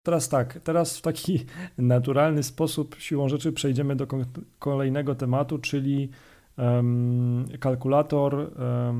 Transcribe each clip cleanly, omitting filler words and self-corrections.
Teraz tak, teraz w taki naturalny sposób siłą rzeczy przejdziemy do kolejnego tematu, czyli kalkulator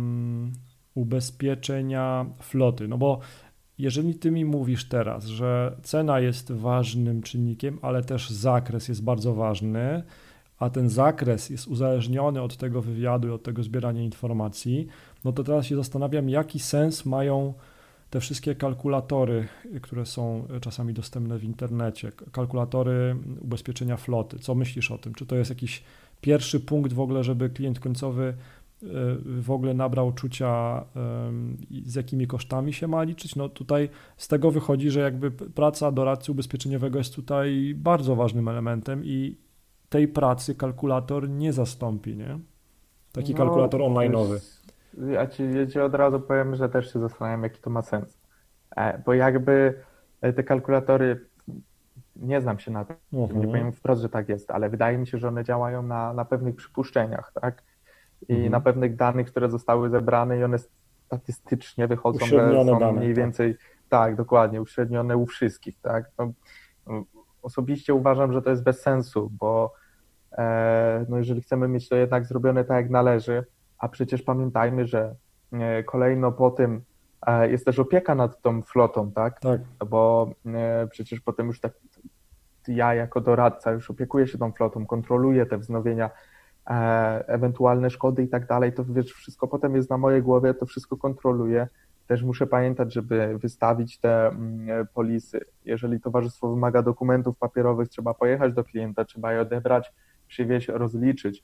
ubezpieczenia floty. No bo jeżeli ty mi mówisz teraz, że cena jest ważnym czynnikiem, ale też zakres jest bardzo ważny, a ten zakres jest uzależniony od tego wywiadu i od tego zbierania informacji, no to teraz się zastanawiam, jaki sens mają te wszystkie kalkulatory, które są czasami dostępne w internecie, kalkulatory ubezpieczenia floty. Co myślisz o tym? Czy to jest jakiś pierwszy punkt w ogóle, żeby klient końcowy w ogóle nabrał czucia, z jakimi kosztami się ma liczyć? No tutaj z tego wychodzi, że jakby praca doradcy ubezpieczeniowego jest tutaj bardzo ważnym elementem i tej pracy kalkulator nie zastąpi, nie? Taki No, kalkulator wiesz, online'owy. ja ci od razu powiem, że też się zastanawiam, jaki to ma sens. Bo jakby te kalkulatory, nie znam się na tym, nie Mhm, powiem wprost, że tak jest, ale wydaje mi się, że one działają na pewnych przypuszczeniach, tak? I na mhm. pewnych danych, które zostały zebrane i one statystycznie wychodzą, że Uśrednione są dane, mniej tak. więcej, tak, dokładnie, uśrednione u wszystkich, tak? No, osobiście uważam, że to jest bez sensu, bo no jeżeli chcemy mieć to jednak zrobione tak, jak należy, a przecież pamiętajmy, że kolejno po tym jest też opieka nad tą flotą, tak? Tak. No bo przecież potem już tak ja jako doradca już opiekuję się tą flotą, kontroluję te wznowienia, ewentualne szkody i tak dalej, to wiesz, wszystko potem jest na mojej głowie, to wszystko kontroluję. Też muszę pamiętać, żeby wystawić te polisy. Jeżeli towarzystwo wymaga dokumentów papierowych, trzeba pojechać do klienta, trzeba je odebrać, przywieźć, rozliczyć.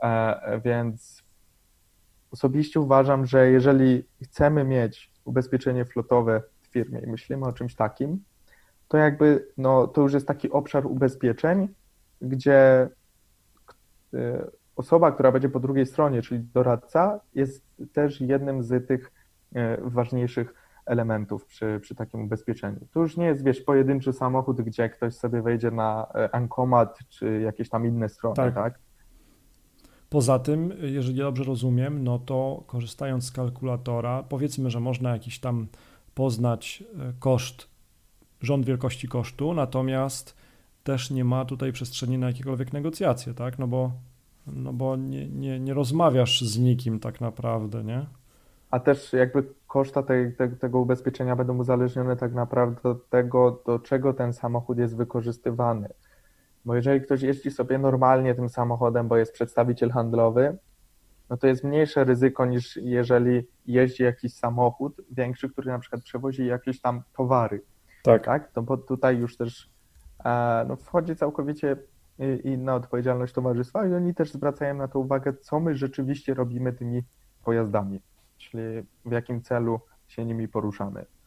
Więc osobiście uważam, że jeżeli chcemy mieć ubezpieczenie flotowe w firmie i myślimy o czymś takim, to jakby no, to już jest taki obszar ubezpieczeń, gdzie osoba, która będzie po drugiej stronie, czyli doradca, jest też jednym z tych ważniejszych elementów przy takim ubezpieczeniu. To już nie jest, wiesz, pojedynczy samochód, gdzie ktoś sobie wejdzie na Ankomat czy jakieś tam inne strony, Tak. tak? Poza tym, jeżeli dobrze rozumiem, no to korzystając z kalkulatora, powiedzmy, że można jakiś tam poznać koszt, rząd wielkości kosztu, natomiast też nie ma tutaj przestrzeni na jakiekolwiek negocjacje, tak? No bo nie rozmawiasz z nikim tak naprawdę, nie? A też jakby koszta tego ubezpieczenia będą uzależnione tak naprawdę od tego, do czego ten samochód jest wykorzystywany. Bo jeżeli ktoś jeździ sobie normalnie tym samochodem, bo jest przedstawiciel handlowy, no to jest mniejsze ryzyko niż jeżeli jeździ jakiś samochód większy, który na przykład przewozi jakieś tam towary, Tak. tak? No bo tutaj już też no, wchodzi całkowicie inna odpowiedzialność towarzystwa i oni też zwracają na to uwagę, co my rzeczywiście robimy tymi pojazdami, czyli w jakim celu się nimi poruszamy.